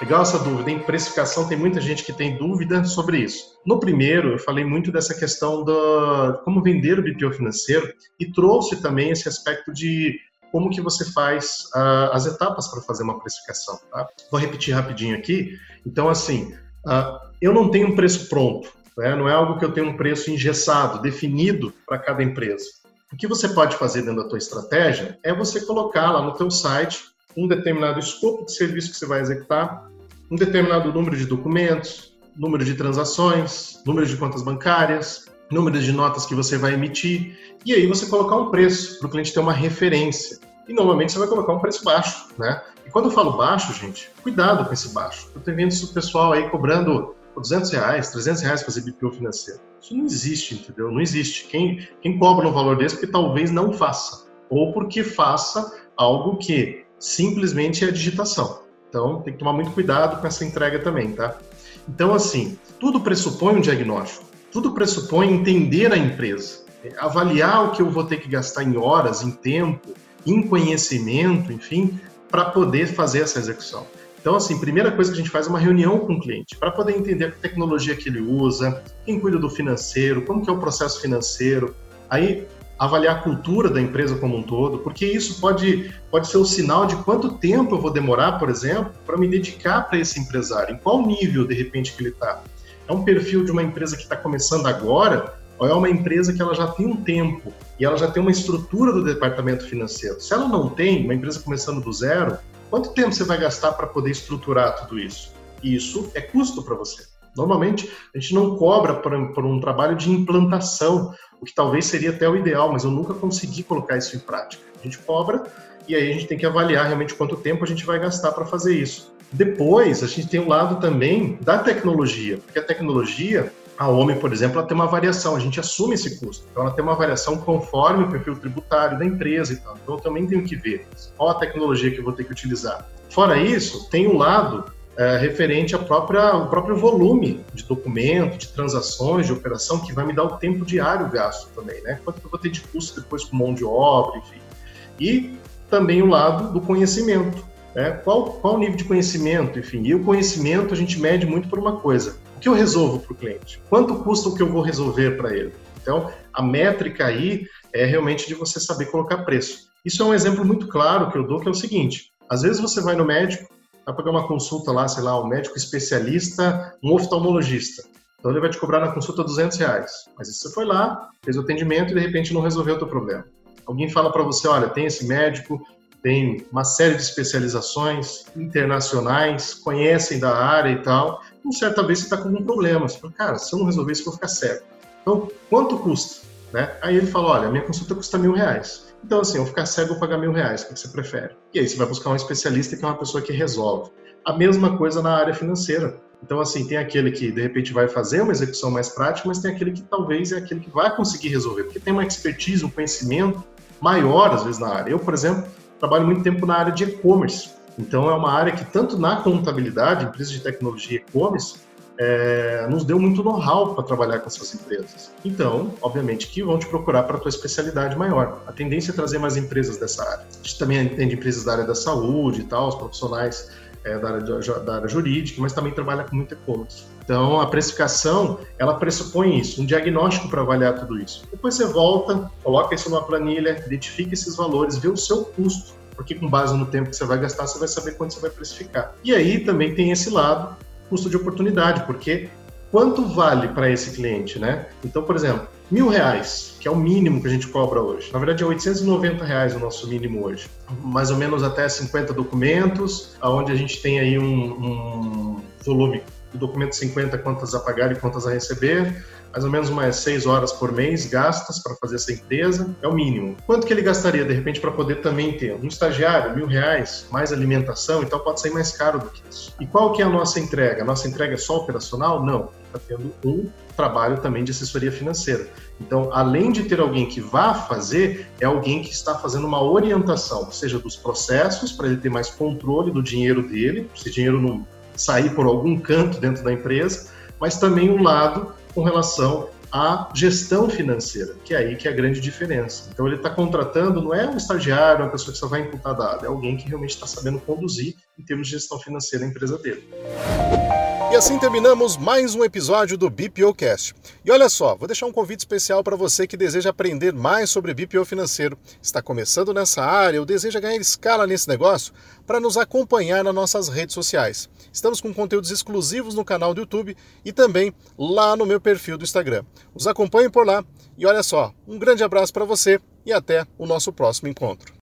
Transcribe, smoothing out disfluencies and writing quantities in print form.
Legal essa dúvida. Em precificação, tem muita gente que tem dúvida sobre isso. No primeiro, eu falei muito dessa questão de como vender o BPO financeiro e trouxe também esse aspecto de como que você faz as etapas para fazer uma precificação. Tá? Vou repetir rapidinho aqui. Então, assim, eu não tenho um preço pronto, né? Não é algo que eu tenho um preço engessado, definido para cada empresa. O que você pode fazer dentro da tua estratégia é você colocar lá no teu site um determinado escopo de serviço que você vai executar, um determinado número de documentos, número de transações, número de contas bancárias, número de notas que você vai emitir, e aí você colocar um preço para o cliente ter uma referência. E normalmente você vai colocar um preço baixo, né? E quando eu falo baixo, gente, cuidado com esse baixo. Eu estou vendo isso pessoal aí cobrando R$200, R$300 fazer BPO financeiro. Isso não existe, entendeu? Não existe. Quem cobra um valor desse, porque talvez não faça, ou porque faça algo que simplesmente é a digitação. Então, tem que tomar muito cuidado com essa entrega também, tá? Então, assim, tudo pressupõe um diagnóstico, tudo pressupõe entender a empresa, avaliar o que eu vou ter que gastar em horas, em tempo, em conhecimento, enfim, para poder fazer essa execução. Então, assim, primeira coisa que a gente faz é uma reunião com o cliente, para poder entender a tecnologia que ele usa, quem cuida do financeiro, como que é o processo financeiro, aí avaliar a cultura da empresa como um todo, porque isso pode ser o sinal de quanto tempo eu vou demorar, por exemplo, para me dedicar para esse empresário, em qual nível, de repente, que ele está. É um perfil de uma empresa que está começando agora, ou é uma empresa que ela já tem um tempo e ela já tem uma estrutura do departamento financeiro? Se ela não tem, uma empresa começando do zero, quanto tempo você vai gastar para poder estruturar tudo isso? Isso é custo para você. Normalmente, a gente não cobra por um trabalho de implantação, o que talvez seria até o ideal, mas eu nunca consegui colocar isso em prática. A gente cobra e aí a gente tem que avaliar realmente quanto tempo a gente vai gastar para fazer isso. Depois, a gente tem o lado também da tecnologia, porque a tecnologia, a OMI, por exemplo, ela tem uma variação, a gente assume esse custo. Então, ela tem uma variação conforme o perfil tributário da empresa e tal. Então, eu também tenho que ver qual a tecnologia que eu vou ter que utilizar. Fora isso, tem um lado referente ao próprio volume de documento, de transações, de operação, que vai me dar o tempo diário gasto também, né? Quanto que eu vou ter de custo depois com mão de obra, enfim. E também o lado do conhecimento, né? Qual o nível de conhecimento, enfim. E o conhecimento a gente mede muito por uma coisa. O que eu resolvo para o cliente? Quanto custa o que eu vou resolver para ele? Então, a métrica aí é realmente de você saber colocar preço. Isso é um exemplo muito claro que eu dou, que é o seguinte. Às vezes você vai no médico, vai pagar uma consulta lá, sei lá, um médico especialista, um oftalmologista. Então ele vai te cobrar na consulta R$200. Mas você foi lá, fez o atendimento e de repente não resolveu o teu problema. Alguém fala para você, olha, tem esse médico, tem uma série de especializações internacionais, conhecem da área e tal. E certa vez você está com algum problema. Você fala, cara, se eu não resolver isso, eu vou ficar cego. Então, quanto custa? Né? Aí ele fala, olha, minha consulta custa R$1.000. Então, assim, eu ficar cego ou pagar R$1.000, o que você prefere? E aí você vai buscar um especialista que é uma pessoa que resolve. A mesma coisa na área financeira. Então, assim, tem aquele que, de repente, vai fazer uma execução mais prática, mas tem aquele que talvez é aquele que vai conseguir resolver, porque tem uma expertise, um conhecimento maior, às vezes, na área. Eu, por exemplo, trabalho muito tempo na área de e-commerce. Então, é uma área que, tanto na contabilidade, empresas de tecnologia e e-commerce, nos deu muito know-how para trabalhar com essas empresas. Então, obviamente, que vão te procurar para a tua especialidade maior. A tendência é trazer mais empresas dessa área. A gente também atende empresas da área da saúde e tal, os profissionais da área jurídica, mas também trabalha com muito e-commerce. Então, a precificação, ela pressupõe isso, um diagnóstico para avaliar tudo isso. Depois você volta, coloca isso numa planilha, identifica esses valores, vê o seu custo, porque com base no tempo que você vai gastar, você vai saber quanto você vai precificar. E aí também tem esse lado, custo de oportunidade, porque quanto vale para esse cliente, né? Então, por exemplo, R$1.000, que é o mínimo que a gente cobra hoje. Na verdade, é R$890 o nosso mínimo hoje. Mais ou menos até 50 documentos, onde a gente tem aí um volume de documento 50, contas a pagar e contas a receber, mais ou menos umas 6 horas por mês gastas para fazer essa empresa, é o mínimo. Quanto que ele gastaria, de repente, para poder também ter um estagiário, R$1.000, mais alimentação, então pode sair mais caro do que isso. E qual que é a nossa entrega? A nossa entrega é só operacional? Não. Está tendo um trabalho também de assessoria financeira. Então, além de ter alguém que vá fazer, é alguém que está fazendo uma orientação, seja dos processos, para ele ter mais controle do dinheiro dele, se o dinheiro não sair por algum canto dentro da empresa, mas também um lado com relação a gestão financeira, que é aí que é a grande diferença. Então ele está contratando, não é um estagiário, uma pessoa que só vai imputar dado, é alguém que realmente está sabendo conduzir em termos de gestão financeira a empresa dele. E assim terminamos mais um episódio do BPOcast. E olha só, vou deixar um convite especial para você que deseja aprender mais sobre BPO financeiro, está começando nessa área ou deseja ganhar escala nesse negócio, para nos acompanhar nas nossas redes sociais. Estamos com conteúdos exclusivos no canal do YouTube e também lá no meu perfil do Instagram. Os acompanhem por lá e olha só, um grande abraço para você e até o nosso próximo encontro.